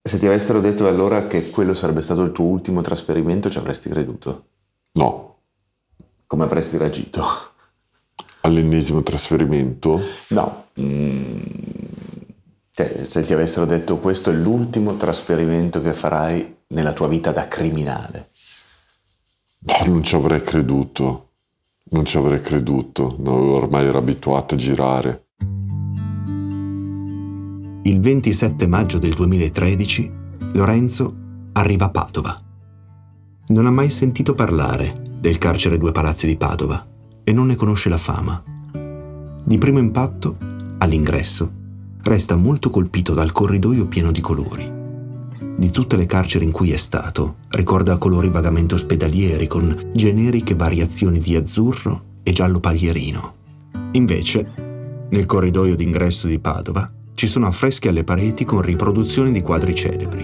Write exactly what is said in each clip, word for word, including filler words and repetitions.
Se ti avessero detto allora che quello sarebbe stato il tuo ultimo trasferimento, ci avresti creduto? No. Come avresti reagito? All'ennesimo trasferimento? No. Mm. Cioè, se ti avessero detto questo è l'ultimo trasferimento che farai nella tua vita da criminale. No, non ci avrei creduto. Non ci avrei creduto. No, ormai ero abituato a girare. Il ventisette maggio del duemilatredici, Lorenzo arriva a Padova. Non ha mai sentito parlare del carcere Due Palazzi di Padova e non ne conosce la fama. Di primo impatto, all'ingresso, resta molto colpito dal corridoio pieno di colori. Di tutte le carceri in cui è stato, ricorda colori vagamente ospedalieri con generiche variazioni di azzurro e giallo paglierino. Invece, nel corridoio d'ingresso di Padova, ci sono affreschi alle pareti con riproduzioni di quadri celebri.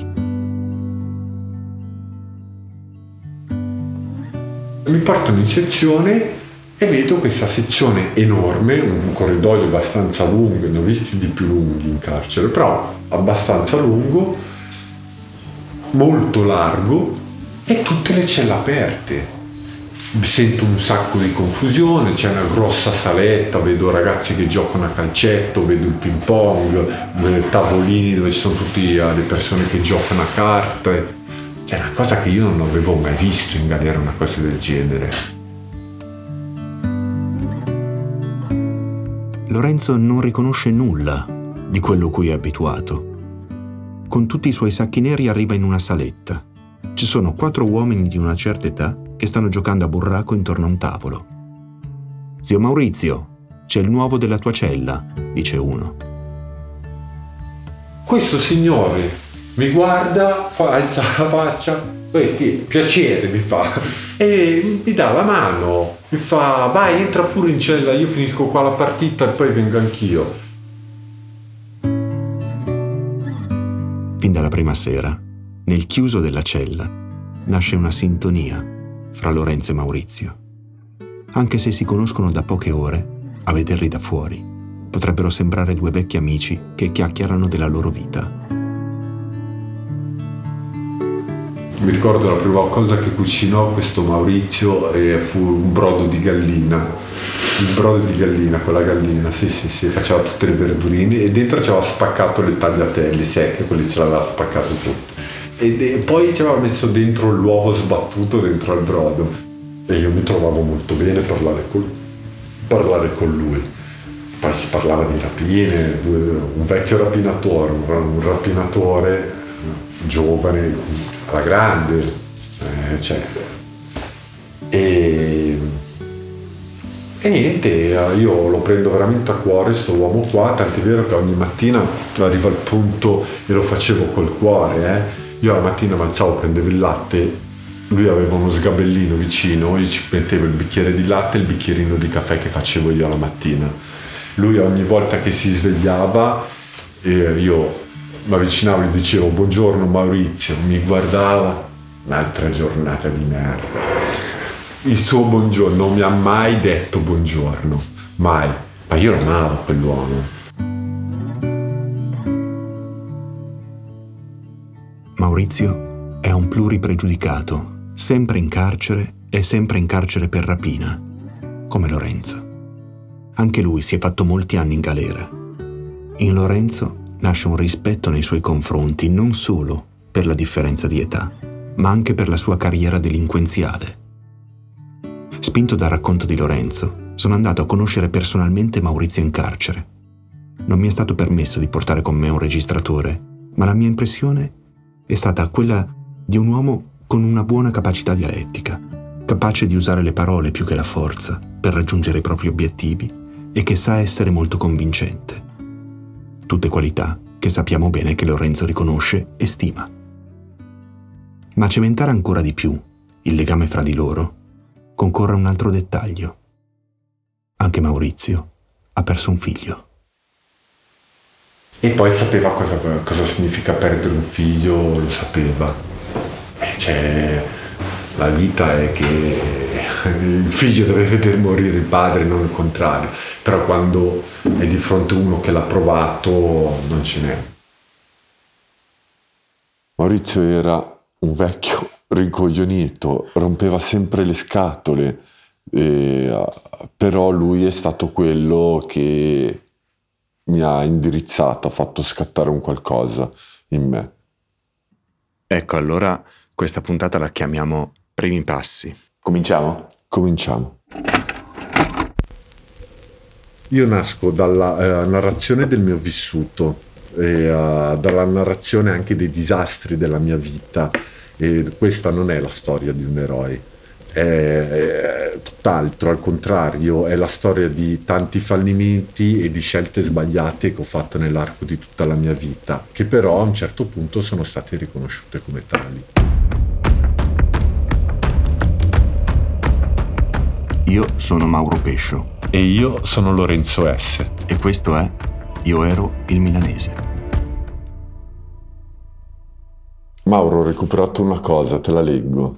Mi portano in sezione e vedo questa sezione enorme, un corridoio abbastanza lungo, ne ho visti di più lunghi in carcere, però abbastanza lungo, molto largo e tutte le celle aperte. Sento un sacco di confusione, c'è una grossa saletta, vedo ragazzi che giocano a calcetto, vedo il ping pong, tavolini dove ci sono tutte le persone che giocano a carte. È una cosa che io non avevo mai visto in galera, una cosa del genere. Lorenzo non riconosce nulla di quello cui è abituato. Con tutti i suoi sacchi neri arriva in una saletta. Ci sono quattro uomini di una certa età che stanno giocando a burraco intorno a un tavolo. «Zio Maurizio, c'è il nuovo della tua cella», dice uno. Questo signore mi guarda, fa, alza la faccia, vedi, piacere mi fa, e mi dà la mano, mi fa vai entra pure in cella, io finisco qua la partita e poi vengo anch'io. Fin dalla prima sera, nel chiuso della cella, nasce una sintonia fra Lorenzo e Maurizio. Anche se si conoscono da poche ore, a vederli da fuori, potrebbero sembrare due vecchi amici che chiacchierano della loro vita. Mi ricordo la prima cosa che cucinò questo Maurizio e fu un brodo di gallina. Il brodo di gallina, quella gallina, sì sì sì, faceva tutte le verdurine e dentro ci aveva spaccato le tagliatelle secche, quelli ce l'aveva spaccato tutto. E de- poi ci aveva messo dentro l'uovo sbattuto dentro al brodo. E io mi trovavo molto bene parlare con, parlare con lui. Poi si parlava di rapine, un vecchio rapinatore, un rapinatore giovane, alla grande, eh, cioè. E, e niente, io lo prendo veramente a cuore sto uomo qua, tant'è vero che ogni mattina arriva al punto e lo facevo col cuore, eh. Io la mattina mi alzavo, prendevo il latte, lui aveva uno sgabellino vicino, io ci mettevo il bicchiere di latte e il bicchierino di caffè che facevo io la mattina. Lui ogni volta che si svegliava, eh, io mi avvicinavo e gli dicevo buongiorno Maurizio, mi guardava, un'altra giornata di merda. Il suo buongiorno, non mi ha mai detto buongiorno, mai, ma io lo amavo quell'uomo. Maurizio è un pluripregiudicato, sempre in carcere e sempre in carcere per rapina, come Lorenzo. Anche lui si è fatto molti anni in galera. In Lorenzo nasce un rispetto nei suoi confronti non solo per la differenza di età, ma anche per la sua carriera delinquenziale. Spinto dal racconto di Lorenzo, sono andato a conoscere personalmente Maurizio in carcere. Non mi è stato permesso di portare con me un registratore, ma la mia impressione è stata quella di un uomo con una buona capacità dialettica, capace di usare le parole più che la forza per raggiungere i propri obiettivi e che sa essere molto convincente. Tutte qualità che sappiamo bene che Lorenzo riconosce e stima. Ma a cementare ancora di più il legame fra di loro concorre un altro dettaglio. Anche Maurizio ha perso un figlio. E poi sapeva cosa, cosa significa perdere un figlio, lo sapeva. E cioè, la vita è che il figlio deve vedere morire il padre, non il contrario. Però quando è di fronte a uno che l'ha provato, non ce n'è. Maurizio era un vecchio rincoglionito, rompeva sempre le scatole, e, però lui è stato quello che mi ha indirizzato, ha fatto scattare un qualcosa in me. Ecco, allora questa puntata la chiamiamo Primi Passi. Cominciamo? Cominciamo. Io nasco dalla eh, narrazione del mio vissuto e uh, dalla narrazione anche dei disastri della mia vita, e questa non è la storia di un eroe, è, è tutt'altro, al contrario, è la storia di tanti fallimenti e di scelte sbagliate che ho fatto nell'arco di tutta la mia vita, che però a un certo punto sono state riconosciute come tali. Io sono Mauro Pescio. E io sono Lorenzo S. E questo è Io ero il milanese. Mauro, ho recuperato una cosa, te la leggo.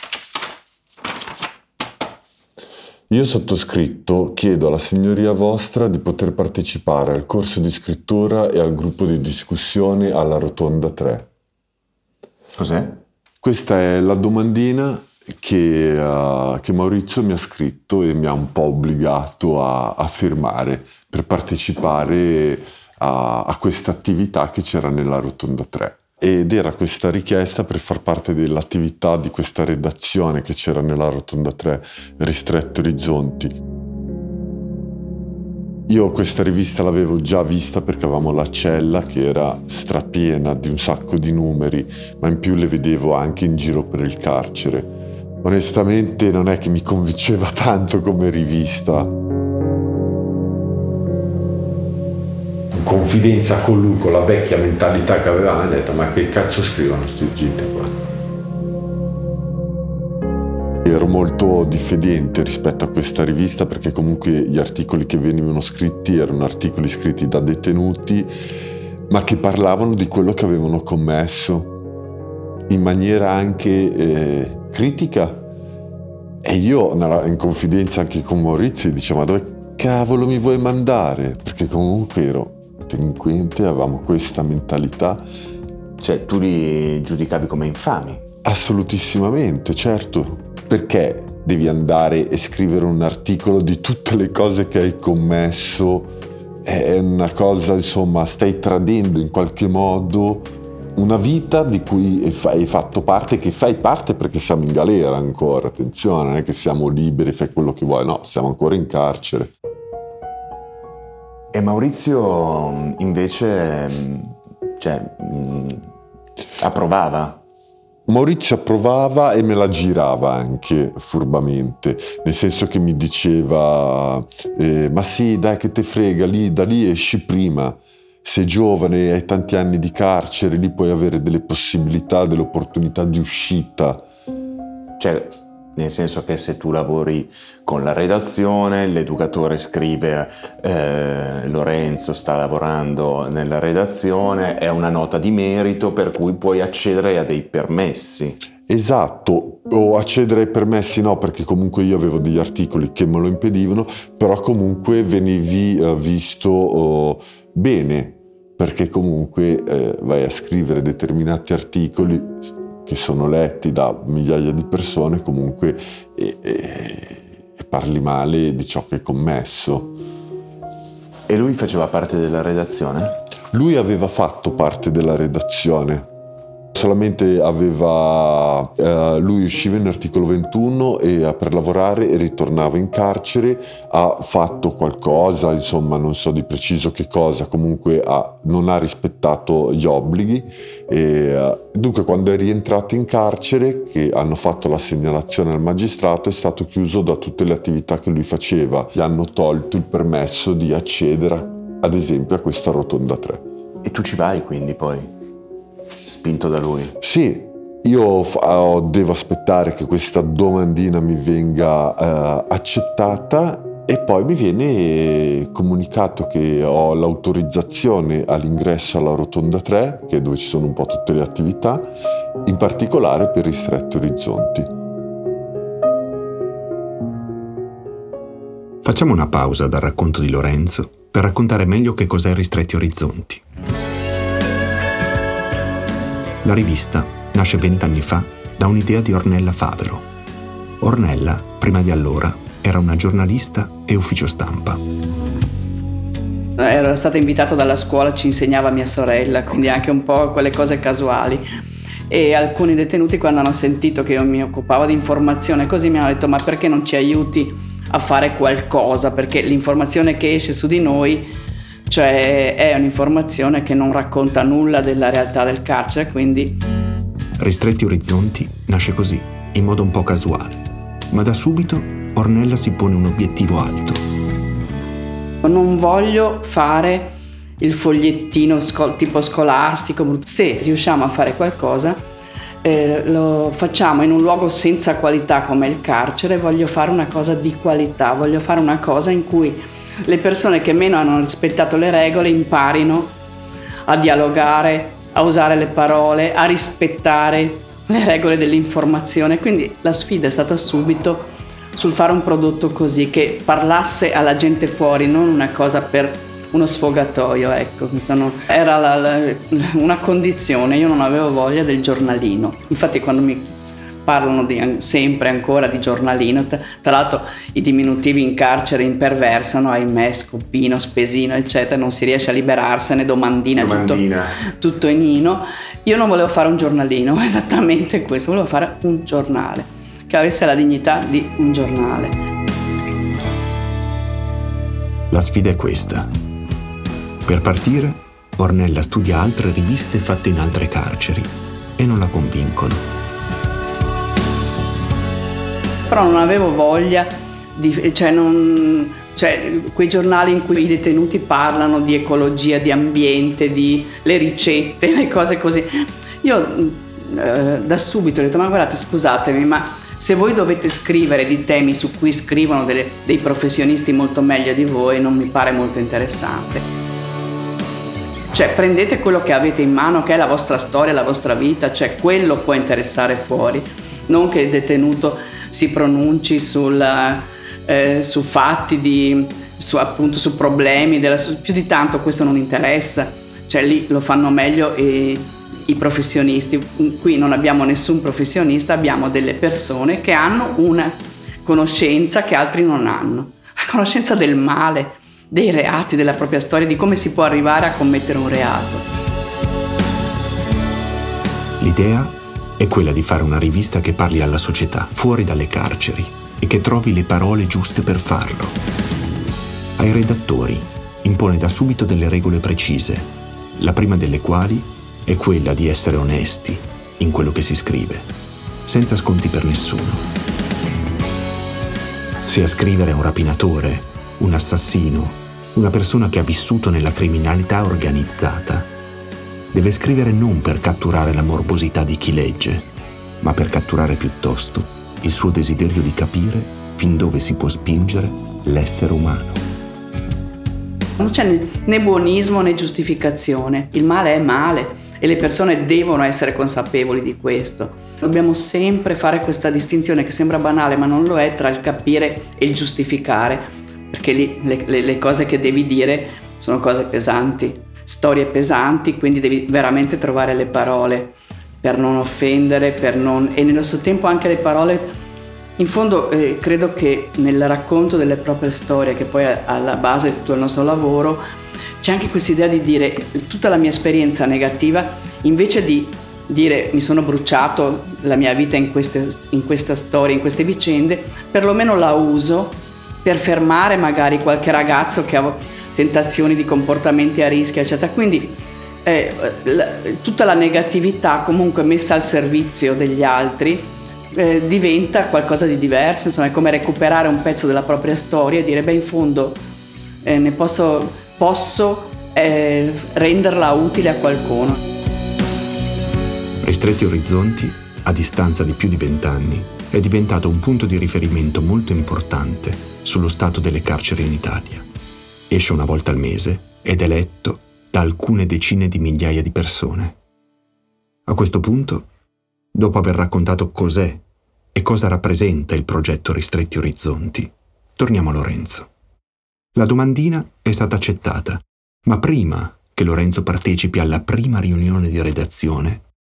Io sottoscritto chiedo alla signoria vostra di poter partecipare al corso di scrittura e al gruppo di discussione alla Rotonda tre. Cos'è? Questa è la domandina che, uh, che Maurizio mi ha scritto e mi ha un po' obbligato a, a firmare per partecipare a, a questa attività che c'era nella Rotonda tre. Ed era questa richiesta per far parte dell'attività di questa redazione che c'era nella Rotonda tre, Ristretto Orizzonti. Io questa rivista l'avevo già vista perché avevamo la cella che era strapiena di un sacco di numeri, ma in più le vedevo anche in giro per il carcere. Onestamente non è che mi convinceva tanto come rivista. In confidenza con lui, con la vecchia mentalità che aveva, mi ha detto: ma che cazzo scrivono sti gente qua? Ero molto diffidente rispetto a questa rivista perché comunque gli articoli che venivano scritti erano articoli scritti da detenuti, ma che parlavano di quello che avevano commesso in maniera anche eh, critica. E io nella, in confidenza anche con Maurizio dicevo: ma dove cavolo mi vuoi mandare? Perché comunque ero delinquente, avevamo questa mentalità. Cioè tu li giudicavi come infami? Assolutissimamente, certo. Perché devi andare e scrivere un articolo di tutte le cose che hai commesso? È una cosa, insomma, stai tradendo in qualche modo una vita di cui hai fatto parte, che fai parte perché siamo in galera ancora, attenzione, non è che siamo liberi, fai quello che vuoi, no, siamo ancora in carcere. E Maurizio invece, cioè, approvava? Maurizio approvava e me la girava anche furbamente, nel senso che mi diceva eh, ma sì, dai, che te frega, lì, da lì esci prima, sei giovane, hai tanti anni di carcere, lì puoi avere delle possibilità, delle opportunità di uscita. Cioè, nel senso che se tu lavori con la redazione, l'educatore scrive eh, Lorenzo sta lavorando nella redazione, è una nota di merito per cui puoi accedere a dei permessi. Esatto, o accedere ai permessi no, perché comunque io avevo degli articoli che me lo impedivano, però comunque venivi uh, visto uh, bene, perché comunque eh, vai a scrivere determinati articoli che sono letti da migliaia di persone comunque e, e, e parli male di ciò che hai commesso. E lui faceva parte della redazione? Lui aveva fatto parte della redazione. Solamente aveva, eh, lui usciva in articolo ventuno e per lavorare e ritornava in carcere, ha fatto qualcosa, insomma non so di preciso che cosa, comunque ha, non ha rispettato gli obblighi e eh, dunque quando è rientrato in carcere, che hanno fatto la segnalazione al magistrato, è stato chiuso da tutte le attività che lui faceva, gli hanno tolto il permesso di accedere ad esempio a questa Rotonda tre. E tu ci vai quindi poi? Spinto da lui? Sì, io f- devo aspettare che questa domandina mi venga uh, accettata e poi mi viene comunicato che ho l'autorizzazione all'ingresso alla Rotonda tre, che è dove ci sono un po' tutte le attività, in particolare per Ristretto Orizzonti. Facciamo una pausa dal racconto di Lorenzo per raccontare meglio che cos'è Ristretti Orizzonti. La rivista nasce vent'anni fa da un'idea di Ornella Favero. Ornella, prima di allora, era una giornalista e ufficio stampa. Ero stata invitata dalla scuola, ci insegnava mia sorella, quindi anche un po' quelle cose casuali. E alcuni detenuti, quando hanno sentito che io mi occupavo di informazione così, mi hanno detto: ma perché non ci aiuti a fare qualcosa? Perché l'informazione che esce su di noi, cioè, è un'informazione che non racconta nulla della realtà del carcere, quindi... Ristretti Orizzonti nasce così, in modo un po' casuale, ma da subito Ornella si pone un obiettivo alto. Non voglio fare il fogliettino sco- tipo scolastico. Se riusciamo a fare qualcosa, eh, lo facciamo in un luogo senza qualità come il carcere. Voglio fare una cosa di qualità, voglio fare una cosa in cui le persone che meno hanno rispettato le regole imparino a dialogare, a usare le parole, a rispettare le regole dell'informazione. Quindi la sfida è stata subito sul fare un prodotto così, che parlasse alla gente fuori, non una cosa per uno sfogatoio, ecco. Questa no, era la, la, una condizione. Io non avevo voglia del giornalino. Infatti quando mi parlano di, sempre ancora di giornalino, tra, tra l'altro i diminutivi in carcere imperversano, ahimè, Scoppino, Spesino, eccetera, non si riesce a liberarsene, domandina, domandina. Tutto, tutto inino. Io non volevo fare un giornalino, esattamente questo, volevo fare un giornale che avesse la dignità di un giornale. La sfida è questa. Per partire, Ornella studia altre riviste fatte in altre carceri e non la convincono. Però non avevo voglia di, cioè non, cioè quei giornali in cui i detenuti parlano di ecologia, di ambiente, di le ricette, le cose così. Io eh, da subito ho detto: ma guardate, scusatemi, ma se voi dovete scrivere di temi su cui scrivono delle, dei professionisti molto meglio di voi, non mi pare molto interessante. Cioè, prendete quello che avete in mano, che è la vostra storia, la vostra vita, cioè quello può interessare fuori, non che il detenuto si pronunci sul, eh, su fatti, di, su, appunto, su problemi, della, su, più di tanto questo non interessa, cioè lì lo fanno meglio e i professionisti. Qui non abbiamo nessun professionista, abbiamo delle persone che hanno una conoscenza che altri non hanno, la conoscenza del male, dei reati, della propria storia, di come si può arrivare a commettere un reato. L'idea è quella di fare una rivista che parli alla società, fuori dalle carceri, e che trovi le parole giuste per farlo. Ai redattori impone da subito delle regole precise, la prima delle quali è quella di essere onesti in quello che si scrive, senza sconti per nessuno. Se a scrivere è un rapinatore, un assassino, una persona che ha vissuto nella criminalità organizzata, deve scrivere non per catturare la morbosità di chi legge, ma per catturare piuttosto il suo desiderio di capire fin dove si può spingere l'essere umano. Non c'è né, né buonismo né giustificazione. Il male è male e le persone devono essere consapevoli di questo. Dobbiamo sempre fare questa distinzione che sembra banale, ma non lo è, tra il capire e il giustificare, perché lì le, le, le cose che devi dire sono cose pesanti, storie pesanti, quindi devi veramente trovare le parole per non offendere, per non... e nello stesso tempo anche le parole. In fondo eh, credo che nel racconto delle proprie storie, che poi è alla base di tutto il nostro lavoro, c'è anche questa idea di dire tutta la mia esperienza negativa, invece di dire mi sono bruciato la mia vita in, queste, in questa storia, in queste vicende, perlomeno la uso per fermare magari qualche ragazzo che ha tentazioni di comportamenti a rischio, eccetera. Quindi eh, la, tutta la negatività comunque messa al servizio degli altri Eh, diventa qualcosa di diverso, insomma è come recuperare un pezzo della propria storia e dire beh in fondo eh, ne posso, posso eh, renderla utile a qualcuno. Ristretti Orizzonti, a distanza di più di vent'anni, è diventato un punto di riferimento molto importante sullo stato delle carceri in Italia. Esce una volta al mese ed è letto da alcune decine di migliaia di persone. A questo punto, dopo aver raccontato cos'è e cosa rappresenta il progetto Ristretti Orizzonti, torniamo a Lorenzo. La domandina è stata accettata, ma prima che Lorenzo partecipi alla prima riunione di redazione,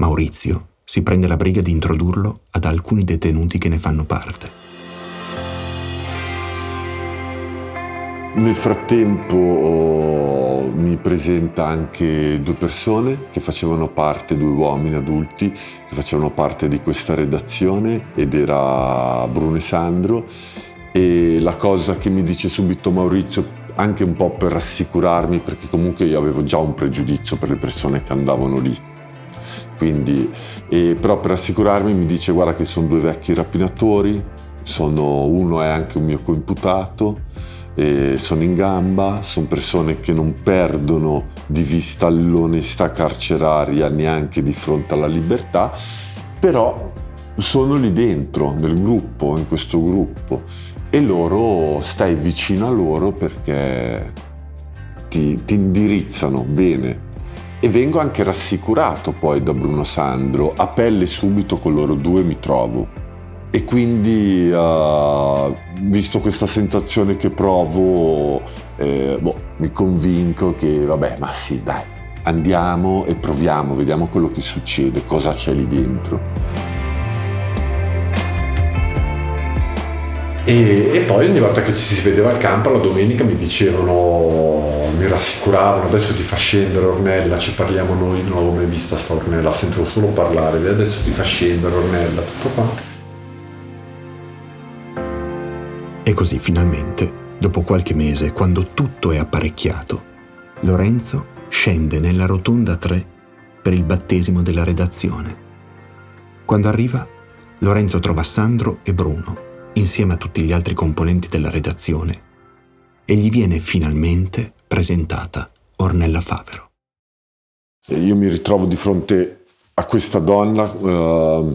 Maurizio si prende la briga di introdurlo ad alcuni detenuti che ne fanno parte. Nel frattempo oh, mi presenta anche due persone che facevano parte, due uomini adulti che facevano parte di questa redazione, ed era Bruno e Sandro. E la cosa che mi dice subito Maurizio, anche un po' per rassicurarmi, perché comunque io avevo già un pregiudizio per le persone che andavano lì, quindi, e, però per rassicurarmi mi dice: guarda che sono due vecchi rapinatori, sono, uno è anche un mio coimputato, e sono in gamba, sono persone che non perdono di vista l'onestà carceraria neanche di fronte alla libertà, però sono lì dentro, nel gruppo, in questo gruppo, e loro, stai vicino a loro perché ti, ti indirizzano bene. E vengo anche rassicurato poi da Bruno Sandro, a pelle subito con loro due mi trovo. E quindi, uh, visto questa sensazione che provo, eh, boh, mi convinco che, vabbè, ma sì, dai, andiamo e proviamo, vediamo quello che succede, cosa c'è lì dentro. E, e poi ogni volta che ci si vedeva al campo, la domenica mi dicevano, mi rassicuravano: adesso ti fa scendere Ornella, ci parliamo noi, non l'avevo mai vista sta Ornella, sentivo solo parlare, adesso ti fa scendere Ornella, tutto qua. E così finalmente, dopo qualche mese, quando tutto è apparecchiato, Lorenzo scende nella rotonda tre per il battesimo della redazione. Quando arriva, Lorenzo trova Sandro e Bruno insieme a tutti gli altri componenti della redazione e gli viene finalmente presentata Ornella Favero. E io mi ritrovo di fronte a questa donna uh,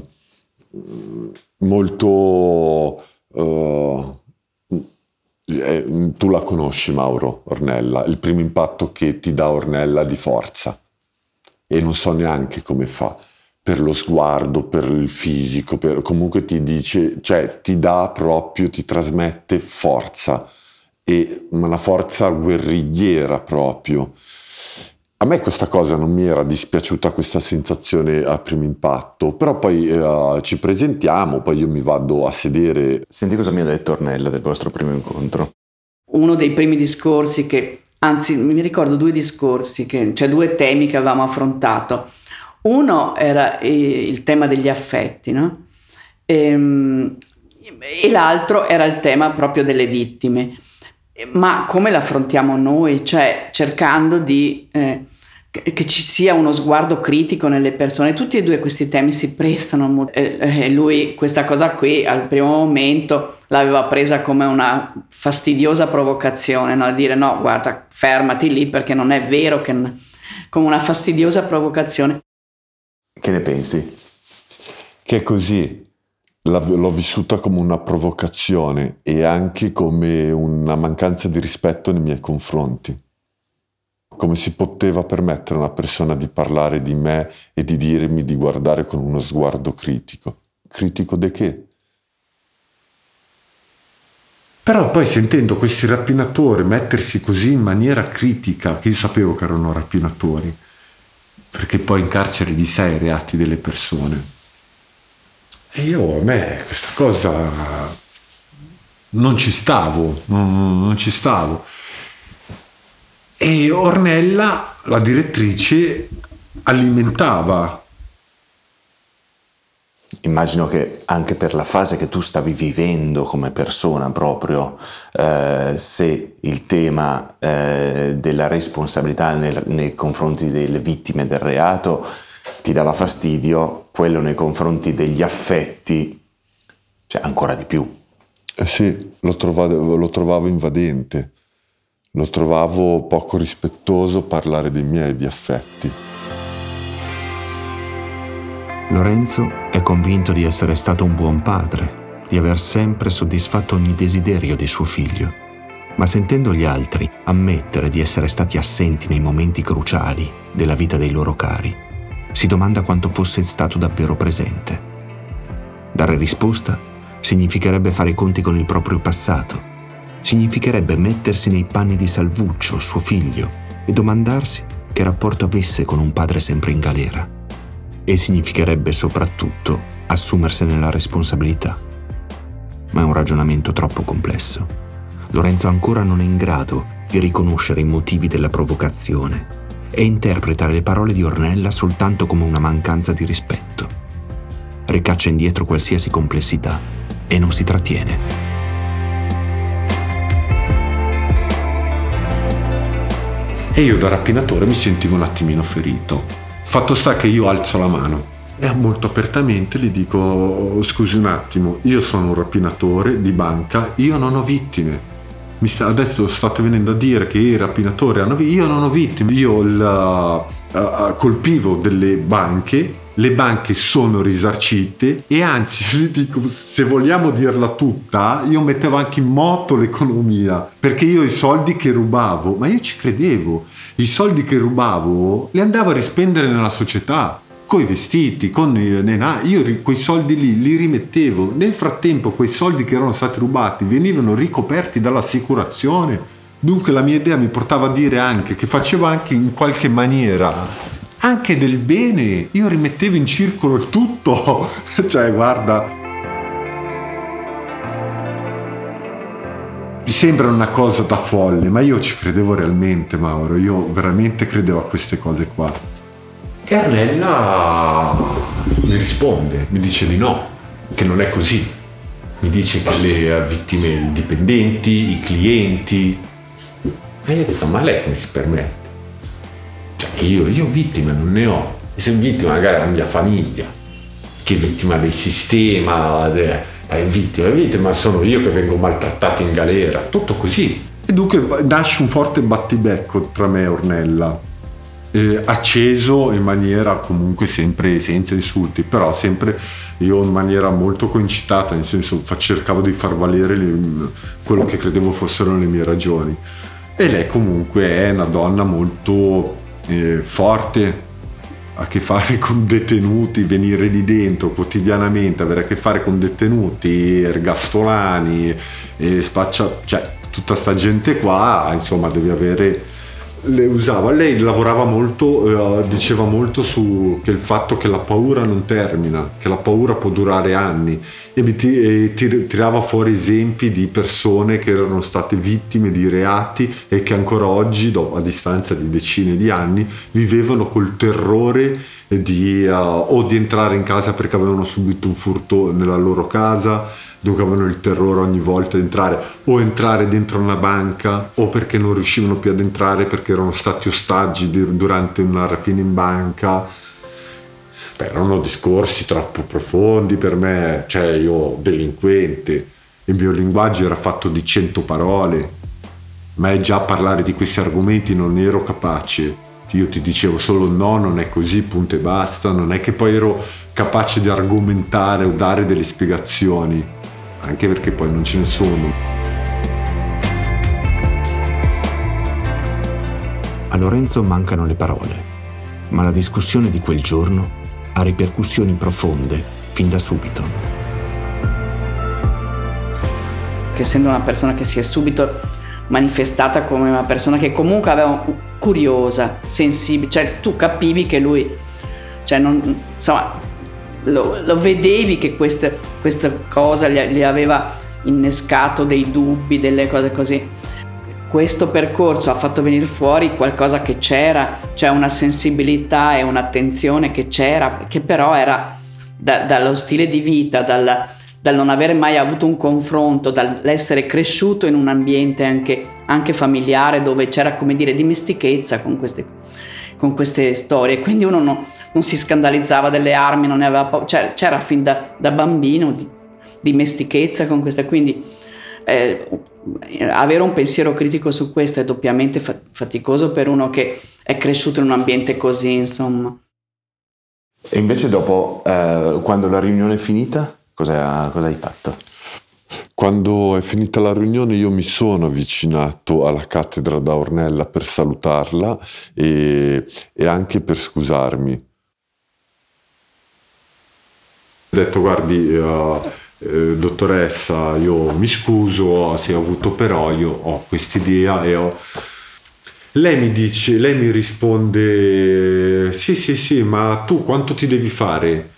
molto... Uh, Eh, tu la conosci, Mauro, Ornella, il primo impatto che ti dà Ornella di forza, e non so neanche come fa, per lo sguardo, per il fisico, per, comunque ti dice, cioè ti dà proprio, ti trasmette forza, e una forza guerrigliera proprio. A me questa cosa non mi era dispiaciuta, questa sensazione a primo impatto, però poi uh, ci presentiamo, poi io mi vado a sedere. Senti cosa mi ha detto Ornella del vostro primo incontro. Uno dei primi discorsi che, anzi mi ricordo due discorsi, che, cioè due temi che avevamo affrontato. Uno era il tema degli affetti, no? E, e l'altro era il tema proprio delle vittime. Ma come l'affrontiamo noi? Cioè cercando di eh, che ci sia uno sguardo critico nelle persone. Tutti e due questi temi si prestano. E eh, lui questa cosa qui al primo momento l'aveva presa come una fastidiosa provocazione, no? Dire no, guarda, fermati lì perché non è vero, che come una fastidiosa provocazione. Che ne pensi? Che è così. L'ho vissuta come una provocazione e anche come una mancanza di rispetto nei miei confronti. Come si poteva permettere a una persona di parlare di me e di dirmi di guardare con uno sguardo critico? Critico di che? Però poi sentendo questi rapinatori mettersi così in maniera critica, che io sapevo che erano rapinatori, perché poi in carcere di sé i reati delle persone. E io, a me, questa cosa non ci stavo, non, non ci stavo. E Ornella, la direttrice, alimentava. Immagino che anche per la fase che tu stavi vivendo come persona proprio, eh, se il tema eh, della responsabilità nel, nei confronti delle vittime del reato ti dava fastidio, quello nei confronti degli affetti, cioè ancora di più. Eh sì, lo trovavo, lo trovavo invadente, lo trovavo poco rispettoso parlare dei miei di affetti. Lorenzo è convinto di essere stato un buon padre, di aver sempre soddisfatto ogni desiderio di suo figlio, ma sentendo gli altri ammettere di essere stati assenti nei momenti cruciali della vita dei loro cari, si domanda quanto fosse stato davvero presente. Dare risposta significherebbe fare i conti con il proprio passato, significherebbe mettersi nei panni di Salvuccio, suo figlio, e domandarsi che rapporto avesse con un padre sempre in galera. e significherebbe soprattutto assumersene la responsabilità. Ma è un ragionamento troppo complesso. Lorenzo ancora non è in grado di riconoscere i motivi della provocazione e interpreta le parole di Ornella soltanto come una mancanza di rispetto. Ricaccia indietro qualsiasi complessità e non si trattiene. E io da rapinatore mi sentivo un attimino ferito. Fatto sta che io alzo la mano e molto apertamente gli dico: scusi un attimo, io sono un rapinatore di banca, io non ho vittime. Mi sta, adesso state venendo a dire che i rapinatori hanno vittime, io non ho vittime, io la, uh, colpivo delle banche, le banche sono risarcite e anzi gli dico, se vogliamo dirla tutta, io mettevo anche in moto l'economia, perché io i soldi che rubavo, ma io ci credevo, i soldi che rubavo li andavo a rispendere nella società, coi vestiti, con i, io quei soldi lì li rimettevo. Nel frattempo quei soldi che erano stati rubati venivano ricoperti dall'assicurazione. Dunque la mia idea mi portava a dire anche che facevo anche in qualche maniera anche del bene, io rimettevo in circolo il tutto. Cioè guarda, mi sembra una cosa da folle, ma io ci credevo realmente, Mauro, io veramente credevo a queste cose qua. E Ornella mi risponde, mi dice di no, che non è così. Mi dice che le vittime, i dipendenti, i clienti. E io ho detto, ma lei come si permette? Cioè io, io vittime non ne ho. E se vittima magari la mia famiglia, che è vittima del sistema, è vittima, è vittima sono io che vengo maltrattato in galera, tutto così. E dunque nasce un forte battibecco tra me e Ornella. Eh, acceso in maniera comunque sempre senza insulti, però sempre io in maniera molto concitata, nel senso cercavo di far valere le, quello che credevo fossero le mie ragioni. E lei comunque è una donna molto eh, forte, ha a che fare con detenuti, venire lì dentro quotidianamente, avere a che fare con detenuti, ergastolani, e spaccia, cioè tutta sta gente qua, insomma, devi avere. Le usava, lei lavorava molto, eh, diceva molto su che il fatto che la paura non termina, che la paura può durare anni, e, mi ti, e tir, tirava fuori esempi di persone che erano state vittime di reati e che ancora oggi, dopo, a distanza di decine di anni, vivevano col terrore di uh, o di entrare in casa perché avevano subito un furto nella loro casa, dunque avevano il terrore ogni volta di entrare, o entrare dentro una banca, o perché non riuscivano più ad entrare perché erano stati ostaggi di, durante una rapina in banca. Beh, erano discorsi troppo profondi per me, cioè io delinquente, il mio linguaggio era fatto di cento parole, ma già a parlare di questi argomenti non ero capace. Io ti dicevo solo no, non è così, punto e basta, non è che poi ero capace di argomentare o dare delle spiegazioni, anche perché poi non ce ne sono. A Lorenzo mancano le parole, ma la discussione di quel giorno ha ripercussioni profonde fin da subito. Che essendo una persona che si è subito manifestata come una persona che comunque aveva curiosa, sensibile, cioè tu capivi che lui, cioè non, insomma, lo, lo vedevi che questa, questa cosa gli, gli aveva innescato dei dubbi, delle cose così. Questo percorso ha fatto venire fuori qualcosa che c'era, cioè una sensibilità e un'attenzione che c'era, che però era da, dallo stile di vita, dal, dal non avere mai avuto un confronto, dall'essere cresciuto in un ambiente anche, anche familiare dove c'era, come dire, dimestichezza con queste, con queste storie. Quindi uno no, non si scandalizzava delle armi, non ne aveva paura, cioè, c'era fin da, da bambino di, dimestichezza con queste. Quindi eh, avere un pensiero critico su questo è doppiamente fa- faticoso per uno che è cresciuto in un ambiente così, insomma. E invece dopo, eh, quando la riunione è finita, cosa, cosa hai fatto? Quando è finita la riunione io mi sono avvicinato alla cattedra da Ornella per salutarla e, e anche per scusarmi. Ho detto, guardi, uh, eh, dottoressa, io mi scuso se ho avuto, però io ho quest'idea e ho... Lei mi dice, lei mi risponde: sì, sì, sì, ma tu quanto ti devi fare?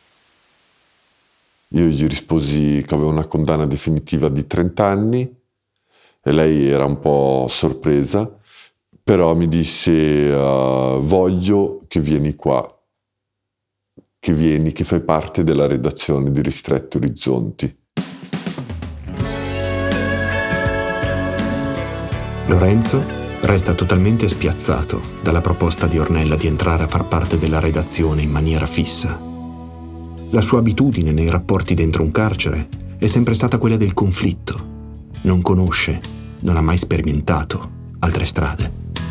Io gli risposi che avevo una condanna definitiva di trenta anni e lei era un po' sorpresa, però mi disse: uh, voglio che vieni qua, che vieni, che fai parte della redazione di Ristretti Orizzonti. Lorenzo resta totalmente spiazzato dalla proposta di Ornella di entrare a far parte della redazione in maniera fissa. La sua abitudine nei rapporti dentro un carcere è sempre stata quella del conflitto. Non conosce, non ha mai sperimentato altre strade.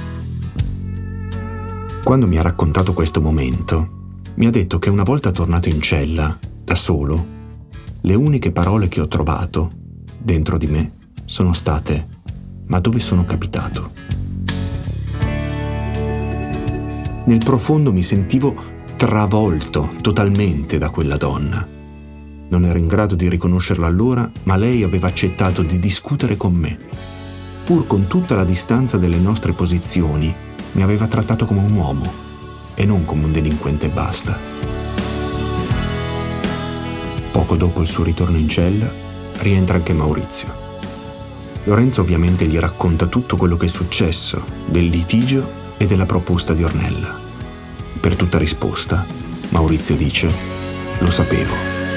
Quando mi ha raccontato questo momento, mi ha detto che una volta tornato in cella, da solo, le uniche parole che ho trovato dentro di me sono state: ma dove sono capitato? Nel profondo mi sentivo travolto totalmente da quella donna. Non ero in grado di riconoscerla allora, ma lei aveva accettato di discutere con me. Pur con tutta la distanza delle nostre posizioni, mi aveva trattato come un uomo e non come un delinquente e basta. Poco dopo il suo ritorno in cella, rientra anche Maurizio. Lorenzo ovviamente gli racconta tutto quello che è successo, del litigio e della proposta di Ornella. Per tutta risposta, Maurizio dice: lo sapevo.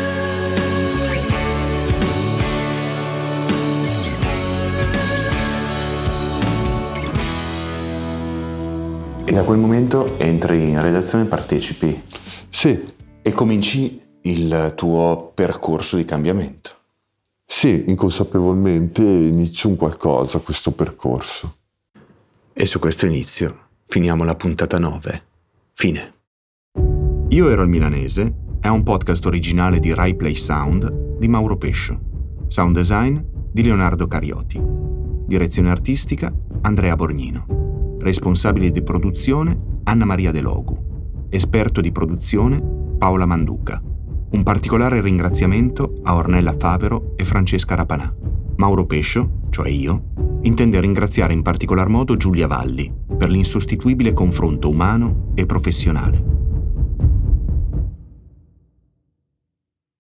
E da quel momento entri in redazione e partecipi. Sì. E cominci il tuo percorso di cambiamento. Sì, inconsapevolmente inizio un qualcosa, questo percorso. E su questo inizio finiamo la puntata nove. Fine. Io ero il Milanese è un podcast originale di Rai Play Sound di Mauro Pescio. Sound design di Leonardo Carioti. Direzione artistica Andrea Borgnino. Responsabile di produzione Anna Maria De Logu. Esperto di produzione Paola Manduca. Un particolare ringraziamento a Ornella Favero e Francesca Rapanà. Mauro Pescio, cioè io, intende ringraziare in particolar modo Giulia Valli per l'insostituibile confronto umano e professionale.